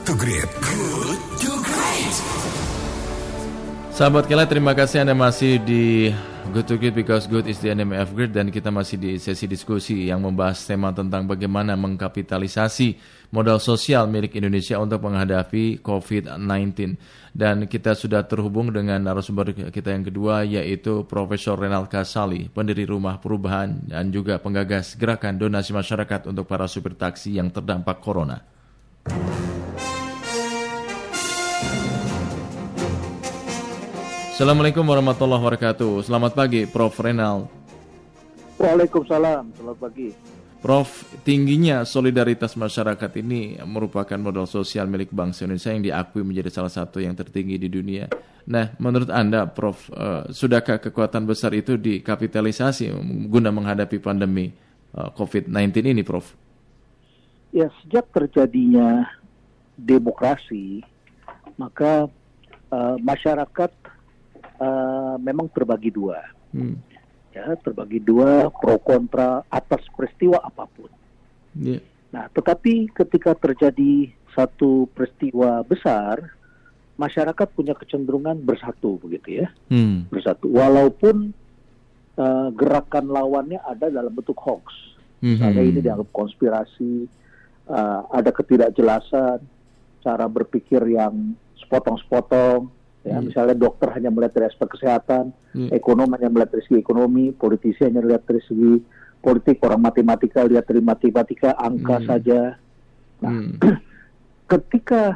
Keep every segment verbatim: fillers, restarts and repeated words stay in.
Good to Great. Good to Great. Sahabat Kela, terima kasih Anda masih di Good to Great because good is the enemy of great, dan kita masih di sesi diskusi yang membahas tema tentang bagaimana mengkapitalisasi modal sosial milik Indonesia untuk menghadapi covid sembilan belas. Dan kita sudah terhubung dengan narasumber kita yang kedua, yaitu Profesor Renald Kasali, pendiri Rumah Perubahan dan juga penggagas gerakan donasi masyarakat untuk para supir taksi yang terdampak corona. Assalamualaikum warahmatullahi wabarakatuh. Selamat pagi, Prof Renald. Waalaikumsalam, selamat pagi. Prof, tingginya solidaritas masyarakat ini merupakan modal sosial milik bangsa Indonesia yang diakui menjadi salah satu yang tertinggi di dunia. Nah, menurut Anda, Prof, uh, sudahkah kekuatan besar itu dikapitalisasi guna menghadapi pandemi uh, covid sembilan belas ini, Prof? Ya, sejak terjadinya demokrasi, maka uh, masyarakat uh, memang terbagi dua. Hmm. Ya, terbagi dua, pro kontra atas peristiwa apapun. Yeah. Nah, tetapi ketika terjadi satu peristiwa besar, masyarakat punya kecenderungan bersatu, begitu ya, hmm. bersatu. Walaupun uh, gerakan lawannya ada dalam bentuk hoax, mm-hmm. misalnya ini dianggap konspirasi, uh, ada ketidakjelasan, cara berpikir yang sepotong-sepotong. Ya, hmm. misalnya dokter hanya melihat dari aspek kesehatan, hmm. ekonom hanya melihat dari segi ekonomi, politisi hanya melihat dari segi politik, orang matematika lihat dari matematika, angka hmm. saja. Nah, hmm. ketika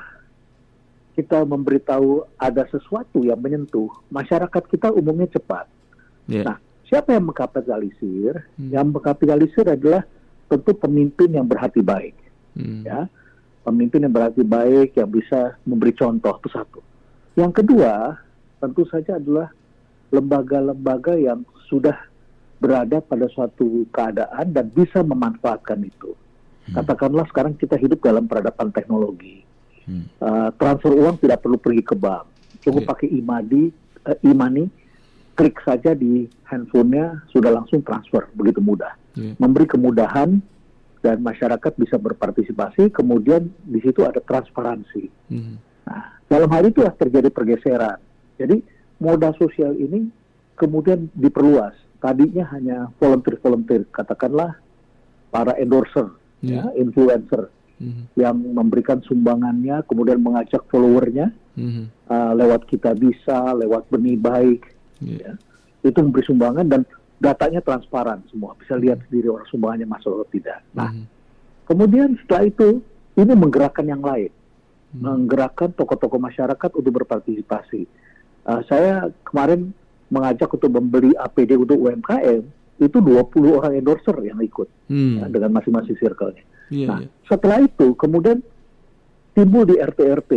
kita memberitahu ada sesuatu yang menyentuh, masyarakat kita umumnya cepat. Yeah. Nah, siapa yang mengkapitalisir? Hmm. Yang mengkapitalisir adalah tentu pemimpin yang berhati baik. Hmm. Ya, pemimpin yang berhati baik yang bisa memberi contoh, itu satu. Yang kedua, tentu saja adalah lembaga-lembaga yang sudah berada pada suatu keadaan dan bisa memanfaatkan itu. Hmm. Katakanlah sekarang kita hidup dalam peradaban teknologi. Hmm. Uh, transfer uang tidak perlu pergi ke bank. Cukup yeah. pakai e-money, uh, e-money, klik saja di handphonenya, sudah langsung transfer, begitu mudah. Yeah. Memberi kemudahan dan masyarakat bisa berpartisipasi, kemudian di situ ada transparansi. Hmm. Nah, dalam hal itu terjadi pergeseran. Jadi modal sosial ini kemudian diperluas. Tadinya hanya volunteer-volunteer, katakanlah para endorser, yeah. ya, influencer, mm-hmm. yang memberikan sumbangannya, kemudian mengajak followernya mm-hmm. uh, lewat Kita Bisa, lewat Benih Baik. Yeah. Ya. Itu memberi sumbangan dan datanya transparan semua. Bisa lihat sendiri orang sumbangannya masuk atau tidak. Nah, mm-hmm. kemudian setelah itu, ini menggerakkan yang lain. Menggerakkan tokoh-tokoh masyarakat untuk berpartisipasi. Uh, saya kemarin mengajak untuk membeli A P D untuk U M K M, itu dua puluh orang endorser yang ikut, hmm. ya, dengan masing-masing circle-nya. Yeah, nah, yeah. setelah itu kemudian timbul di R T R T,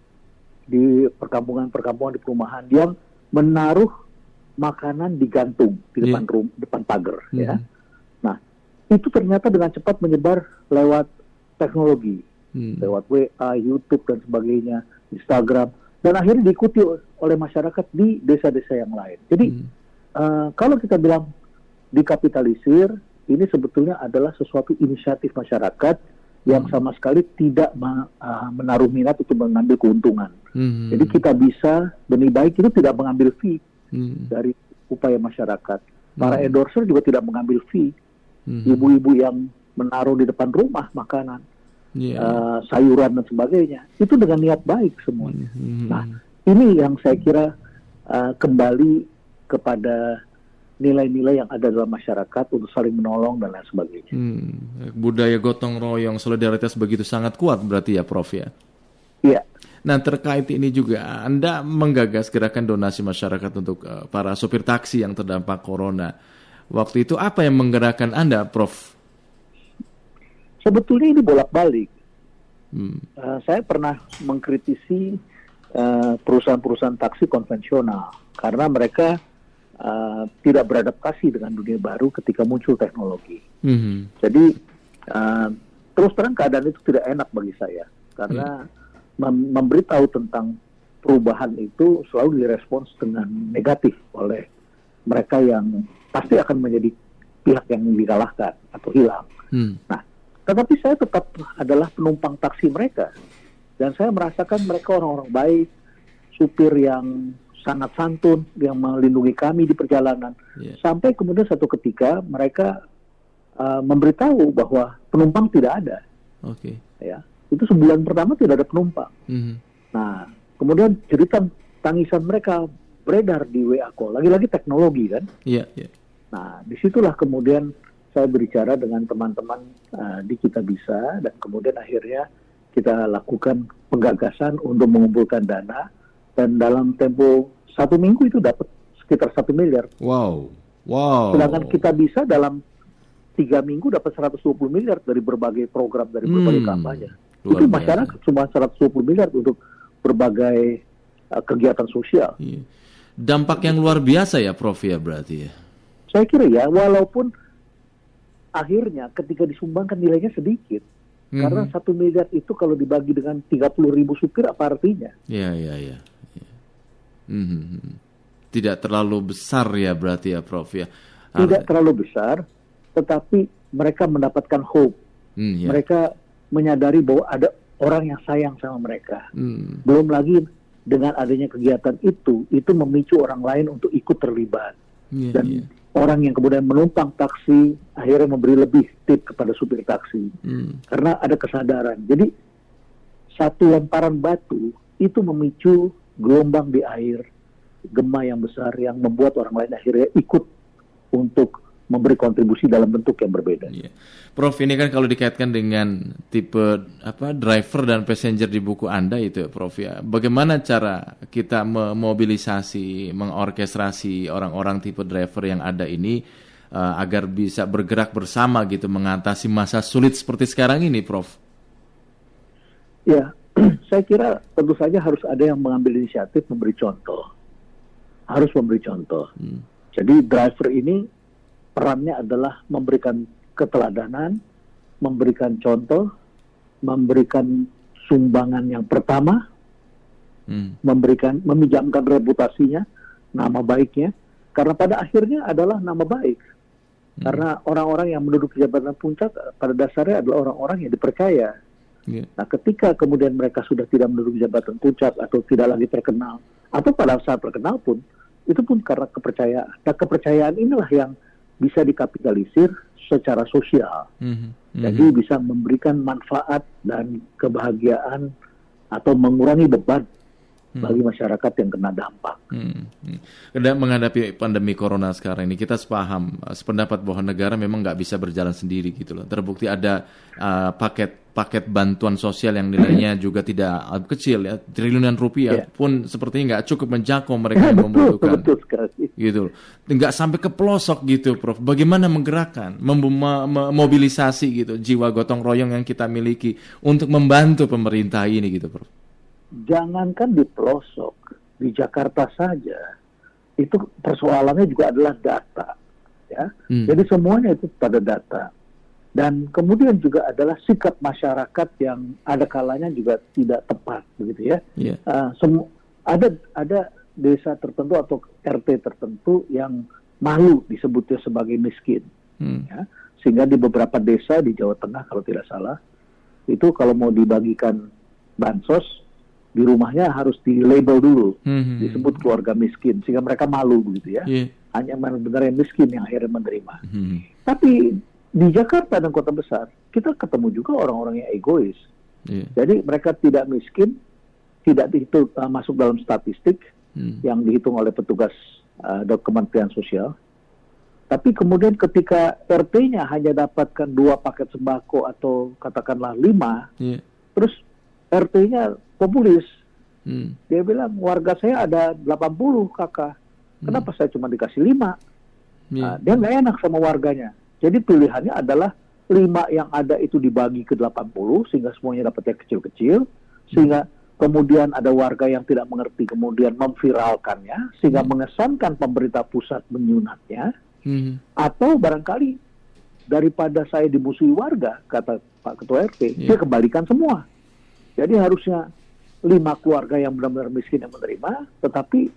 di perkampungan-perkampungan di perumahan yang menaruh makanan digantung di depan yeah. rum, depan pagar. Hmm. Ya. Nah, itu ternyata dengan cepat menyebar lewat teknologi. Hmm. lewat W A, YouTube dan sebagainya, Instagram, dan akhirnya diikuti oleh masyarakat di desa-desa yang lain. Jadi hmm. uh, kalau kita bilang dikapitalisir, ini sebetulnya adalah sesuatu inisiatif masyarakat yang hmm. sama sekali tidak ma- uh, menaruh minat untuk mengambil keuntungan. Hmm. Jadi Kita Bisa, Benih Baik itu tidak mengambil fee hmm. dari upaya masyarakat. Para hmm. endorser juga tidak mengambil fee. Hmm. Ibu-ibu yang menaruh di depan rumah makanan, Yeah. Uh, sayuran dan sebagainya, itu dengan niat baik semua. Mm-hmm. Nah, ini yang saya kira uh, kembali kepada nilai-nilai yang ada dalam masyarakat untuk saling menolong dan lain sebagainya. Hmm. Budaya gotong royong, solidaritas begitu sangat kuat berarti ya, Prof ya? Iya. Nah, terkait ini juga, Anda menggagas gerakan donasi masyarakat untuk uh, para sopir taksi yang terdampak corona. Waktu itu apa yang menggerakkan Anda, Prof? Sebetulnya ini bolak-balik. Hmm. Uh, saya pernah mengkritisi uh, perusahaan-perusahaan taksi konvensional karena mereka uh, tidak beradaptasi dengan dunia baru ketika muncul teknologi. Hmm. Jadi uh, terus terang keadaan itu tidak enak bagi saya karena hmm. mem- memberitahu tentang perubahan itu selalu direspons dengan negatif oleh mereka yang pasti akan menjadi pihak yang dikalahkan atau hilang. Hmm. Nah, tetapi saya tetap adalah penumpang taksi mereka. Dan saya merasakan mereka orang-orang baik, supir yang sangat santun, yang melindungi kami di perjalanan. Yeah. Sampai kemudian satu ketika mereka uh, memberitahu bahwa penumpang tidak ada. Oke. Okay. Ya, itu sebulan pertama tidak ada penumpang. Mm-hmm. Nah, kemudian cerita tangisan mereka beredar di W A call. Lagi-lagi teknologi kan. Iya. Yeah, yeah. Nah, disitulah kemudian saya berbicara dengan teman-teman uh, di Kita Bisa, dan kemudian akhirnya kita lakukan penggagasan untuk mengumpulkan dana, dan dalam tempo satu minggu itu dapat sekitar satu miliar. Wow, wow. Sedangkan Kita Bisa dalam tiga minggu dapat seratus dua puluh miliar dari berbagai program, dari berbagai hmm, kampanye. Itu biasa. Masyarakat cuma seratus dua puluh miliar untuk berbagai uh, kegiatan sosial. Iya. Dampak yang luar biasa ya, Prof ya berarti ya. Saya kira ya, walaupun akhirnya ketika disumbangkan nilainya sedikit, mm-hmm. karena satu miliar itu kalau dibagi dengan tiga puluh ribu supir apa artinya? Iya, iya, iya. Mm-hmm. Tidak terlalu besar ya berarti ya, Prof ya. Tidak terlalu besar, tetapi mereka mendapatkan hope. Mm, yeah. Mereka menyadari bahwa ada orang yang sayang sama mereka. Mm. Belum lagi dengan adanya kegiatan itu, itu memicu orang lain untuk ikut terlibat. Yeah, Dan yeah. orang yang kemudian menumpang taksi akhirnya memberi lebih tip kepada supir taksi. Hmm. Karena ada kesadaran. Jadi satu lemparan batu itu memicu gelombang di air, gema yang besar yang membuat orang lain akhirnya ikut untuk memberi kontribusi dalam bentuk yang berbeda. Yeah. Prof, ini kan kalau dikaitkan dengan tipe apa driver dan passenger di buku Anda itu ya, Prof ya. Bagaimana cara kita memobilisasi, mengorkestrasi orang-orang tipe driver yang ada ini uh, agar bisa bergerak bersama gitu mengatasi masa sulit seperti sekarang ini, Prof? Ya, saya kira tentu saja harus ada yang mengambil inisiatif, memberi contoh. Harus memberi contoh. Hmm. Jadi driver ini perannya adalah memberikan keteladanan, memberikan contoh, memberikan sumbangan yang pertama, hmm. memberikan, meminjamkan reputasinya, nama baiknya, karena pada akhirnya adalah nama baik. Hmm. Karena orang-orang yang menduduki jabatan puncak pada dasarnya adalah orang-orang yang dipercaya. Yeah. Nah, ketika kemudian mereka sudah tidak menduduki jabatan puncak atau tidak lagi terkenal, atau pada saat terkenal pun, itu pun karena kepercayaan. Nah, kepercayaan inilah yang bisa dikapitalisir secara sosial. Mm-hmm. Jadi bisa memberikan manfaat dan kebahagiaan atau mengurangi beban mm-hmm. bagi masyarakat yang kena dampak. Mm-hmm. Menghadapi pandemi corona sekarang ini, kita sepaham, sependapat bahwa negara memang nggak bisa berjalan sendiri gitu loh. Terbukti ada uh, paket paket bantuan sosial yang nilainya juga tidak kecil ya, triliunan rupiah yeah. pun sepertinya nggak cukup menjangkau mereka yang membutuhkan. Betul, betul sekali. Gitu, nggak sampai ke pelosok gitu, Prof. Bagaimana menggerakkan, memobilisasi gitu jiwa gotong royong yang kita miliki untuk membantu pemerintah ini gitu, Prof. Jangankan di pelosok, di Jakarta saja itu persoalannya juga adalah data, ya. Hmm. Jadi semuanya itu pada data. Dan kemudian juga adalah sikap masyarakat yang ada kalanya juga tidak tepat, begitu ya. Yeah. Uh, semu- ada ada desa tertentu atau R T tertentu yang malu disebutnya sebagai miskin, hmm. ya. Sehingga di beberapa desa di Jawa Tengah kalau tidak salah, itu kalau mau dibagikan bansos di rumahnya harus di label dulu, hmm. disebut keluarga miskin, sehingga mereka malu, begitu ya. Yeah. Hanya benar-benar yang miskin yang akhirnya menerima. Hmm. Tapi di Jakarta dan kota besar, kita ketemu juga orang-orang yang egois. Yeah. Jadi mereka tidak miskin, tidak dihitung, uh, masuk dalam statistik hmm. yang dihitung oleh petugas uh, Kementerian Sosial. Tapi kemudian ketika R T-nya hanya dapatkan dua paket sembako atau katakanlah lima, yeah. terus R T-nya populis. Hmm. Dia bilang, warga saya ada delapan puluh kakak, kenapa hmm. saya cuma dikasih lima? Yeah. Nah, dia nggak enak sama warganya. Jadi pilihannya adalah lima yang ada itu dibagi ke delapan puluh sehingga semuanya dapat yang kecil-kecil, sehingga kemudian ada warga yang tidak mengerti kemudian memviralkannya sehingga hmm. mengesankan pemerintah pusat menyunatnya, hmm. atau barangkali daripada saya dimusuhi warga, kata Pak Ketua R T, yeah. dia kembalikan semua. Jadi harusnya lima keluarga yang benar-benar miskin yang menerima, tetapi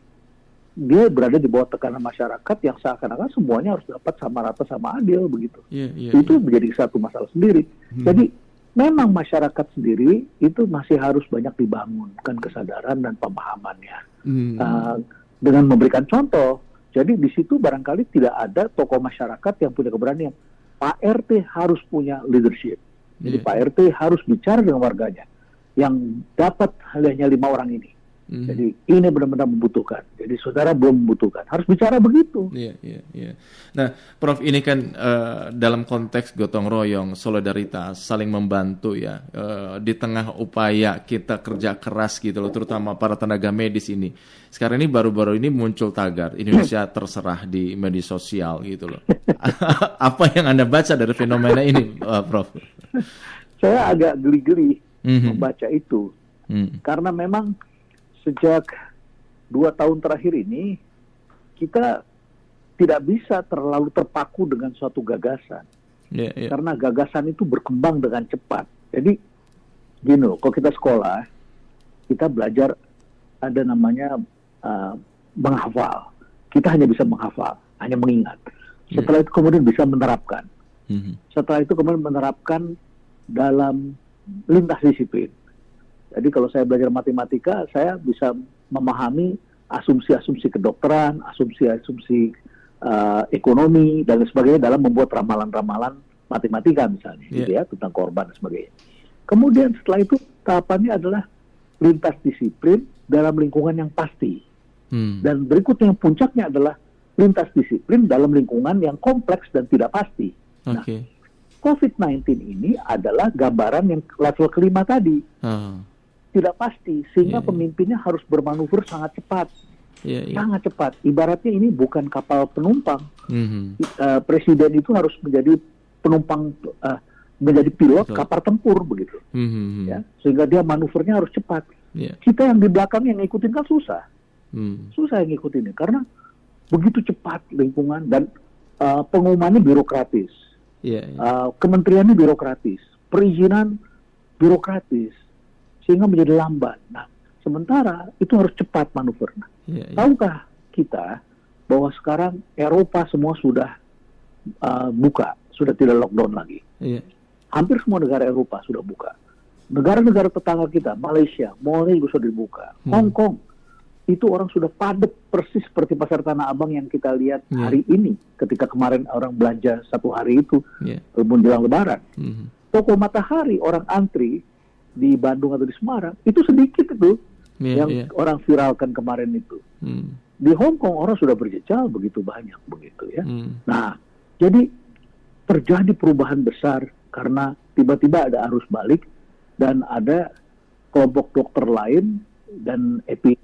dia berada di bawah tekanan masyarakat yang seakan-akan semuanya harus dapat sama rata sama adil begitu. Yeah, yeah, itu yeah. menjadi satu masalah sendiri. Hmm. Jadi memang masyarakat sendiri itu masih harus banyak dibangunkan kesadaran dan pemahamannya. Hmm. Uh, dengan memberikan contoh. Jadi di situ barangkali tidak ada tokoh masyarakat yang punya keberanian. Pak R T harus punya leadership. Jadi yeah. Pak R T harus bicara dengan warganya. Yang dapat hanya lima orang ini. Mm. Jadi ini benar-benar membutuhkan. Jadi saudara belum membutuhkan. Harus bicara begitu. Iya, yeah, iya, yeah, iya. Yeah. Nah, Prof, ini kan uh, dalam konteks gotong royong, solidaritas, saling membantu ya. Uh, di tengah upaya kita kerja keras gitu loh, terutama para tenaga medis ini. Sekarang ini baru-baru ini muncul tagar Indonesia terserah di media sosial gitu loh. Apa yang Anda baca dari fenomena ini, uh, Prof? Saya agak geli-geli mm-hmm. membaca itu. Mm. Karena memang sejak dua tahun terakhir ini, kita tidak bisa terlalu terpaku dengan suatu gagasan. Yeah, yeah. Karena gagasan itu berkembang dengan cepat. Jadi, gini loh, kalau kita sekolah, kita belajar ada namanya uh, menghafal. Kita hanya bisa menghafal, hanya mengingat. Setelah yeah. itu kemudian bisa menerapkan. Mm-hmm. Setelah itu kemudian menerapkan dalam lintas disiplin. Jadi kalau saya belajar matematika, saya bisa memahami asumsi-asumsi kedokteran, asumsi-asumsi uh, ekonomi, dan sebagainya dalam membuat ramalan-ramalan matematika misalnya, yeah. gitu ya, tentang korban dan sebagainya. Kemudian setelah itu tahapannya adalah lintas disiplin dalam lingkungan yang pasti. Hmm. Dan berikutnya puncaknya adalah lintas disiplin dalam lingkungan yang kompleks dan tidak pasti. Okay. Nah, covid sembilan belas ini adalah gambaran yang level kelima tadi. Uh. Tidak pasti, sehingga yeah, pemimpinnya yeah. harus bermanuver sangat cepat. Yeah, yeah. Sangat cepat. Ibaratnya ini bukan kapal penumpang. Mm-hmm. Uh, presiden itu harus menjadi penumpang, uh, menjadi pilot Betul. kapal tempur begitu. Mm-hmm. Ya, sehingga dia manuvernya harus cepat. Yeah. Kita yang di belakang yang ngikutin kan susah. Mm. Susah yang ngikutin karena begitu cepat lingkungan dan uh, pengumumannya birokratis. Yeah, yeah. Uh, kementeriannya birokratis, perizinan birokratis, sehingga menjadi lambat. Nah, sementara itu harus cepat manuver. Nah, yeah, yeah. Tahukah kita bahwa sekarang Eropa semua sudah uh, buka, sudah tidak lockdown lagi. Yeah. Hampir semua negara Eropa sudah buka. Negara-negara tetangga kita, Malaysia, mulai juga sudah dibuka. Hmm. Hong Kong, itu orang sudah padat persis seperti pasar Tanah Abang yang kita lihat yeah. hari ini. Ketika kemarin orang belanja satu hari itu, yeah. menjelang Lebaran. Mm-hmm. Toko Matahari, orang antri di Bandung atau di Semarang, itu sedikit itu yeah, yang yeah. orang viralkan kemarin itu. Mm. Di Hong Kong orang sudah berjejal begitu banyak begitu ya. Mm. Nah, jadi terjadi perubahan besar karena tiba-tiba ada arus balik dan ada kelompok dokter lain dan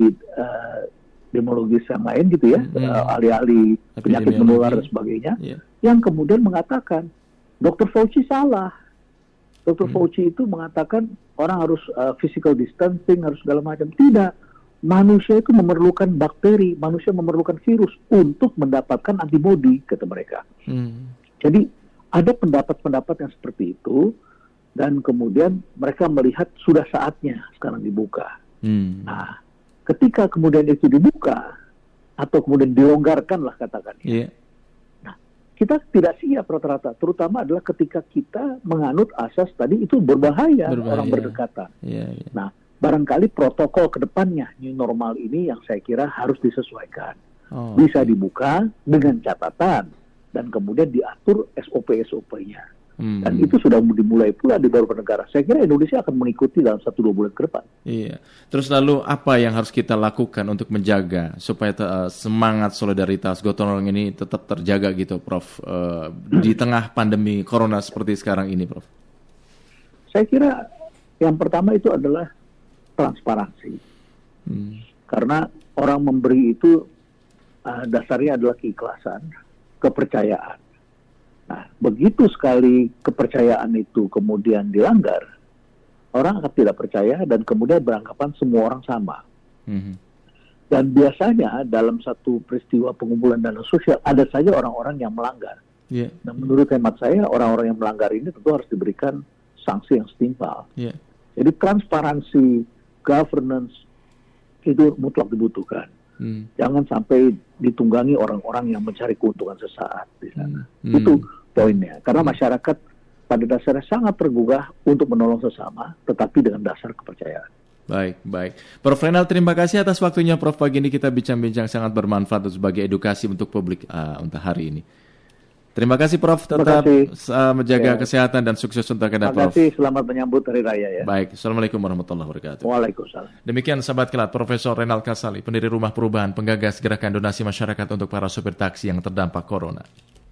epidemiologis uh, yang lain gitu ya, mm. uh, ahli-ahli penyakit menular dan sebagainya, yeah. yang kemudian mengatakan dokter Fauci salah. dokter Hmm. Fauci itu mengatakan orang harus uh, physical distancing, harus segala macam. Tidak. Manusia itu memerlukan bakteri, manusia memerlukan virus untuk mendapatkan antibodi, kata mereka. Hmm. Jadi ada pendapat-pendapat yang seperti itu, dan kemudian mereka melihat sudah saatnya sekarang dibuka. Hmm. Nah, ketika kemudian itu dibuka, atau kemudian dilonggarkan lah katakan. Yeah. Kita tidak siap rata-rata, terutama adalah ketika kita menganut asas tadi itu berbahaya, berbahaya. orang berdekatan. Yeah, yeah. Nah, barangkali protokol ke depannya, new normal ini yang saya kira harus disesuaikan. Oh, Bisa okay. dibuka dengan catatan, dan kemudian diatur S O P-S O P-nya. Hmm. Dan itu sudah dimulai pula di beberapa negara. Saya kira Indonesia akan mengikuti dalam satu dua bulan ke depan. Iya. Terus lalu apa yang harus kita lakukan untuk menjaga supaya uh, semangat solidaritas gotong royong ini tetap terjaga gitu, Prof, uh, di tengah pandemi corona seperti sekarang ini, Prof? Saya kira yang pertama itu adalah transparansi. Hmm. Karena orang memberi itu uh, dasarnya adalah keikhlasan, kepercayaan. Nah, begitu sekali kepercayaan itu kemudian dilanggar, orang akan tidak percaya dan kemudian beranggapan semua orang sama. Mm-hmm. Dan biasanya dalam satu peristiwa pengumpulan dana sosial ada saja orang-orang yang melanggar. Yeah. Dan menurut hemat saya, orang-orang yang melanggar ini tentu harus diberikan sanksi yang setimpal. Yeah. Jadi transparansi, governance itu mutlak dibutuhkan. Mm. Jangan sampai ditunggangi orang-orang yang mencari keuntungan sesaat di sana. Mm. Itu poinnya. Karena masyarakat pada dasarnya sangat tergugah untuk menolong sesama, tetapi dengan dasar kepercayaan. Baik, baik. Prof Renal, terima kasih atas waktunya Prof. Pagi ini kita bincang-bincang sangat bermanfaat sebagai edukasi untuk publik uh, untuk hari ini. Terima kasih Prof. Tetap uh, menjaga ya. kesehatan dan sukses untuk Anda Prof. Terima kasih, selamat menyambut Hari Raya ya. Baik, Assalamualaikum warahmatullahi wabarakatuh. Waalaikumsalam. Demikian sahabat Kilat, Profesor Renal Kasali, pendiri Rumah Perubahan, penggagas gerakan donasi masyarakat untuk para sopir taksi yang terdampak Corona.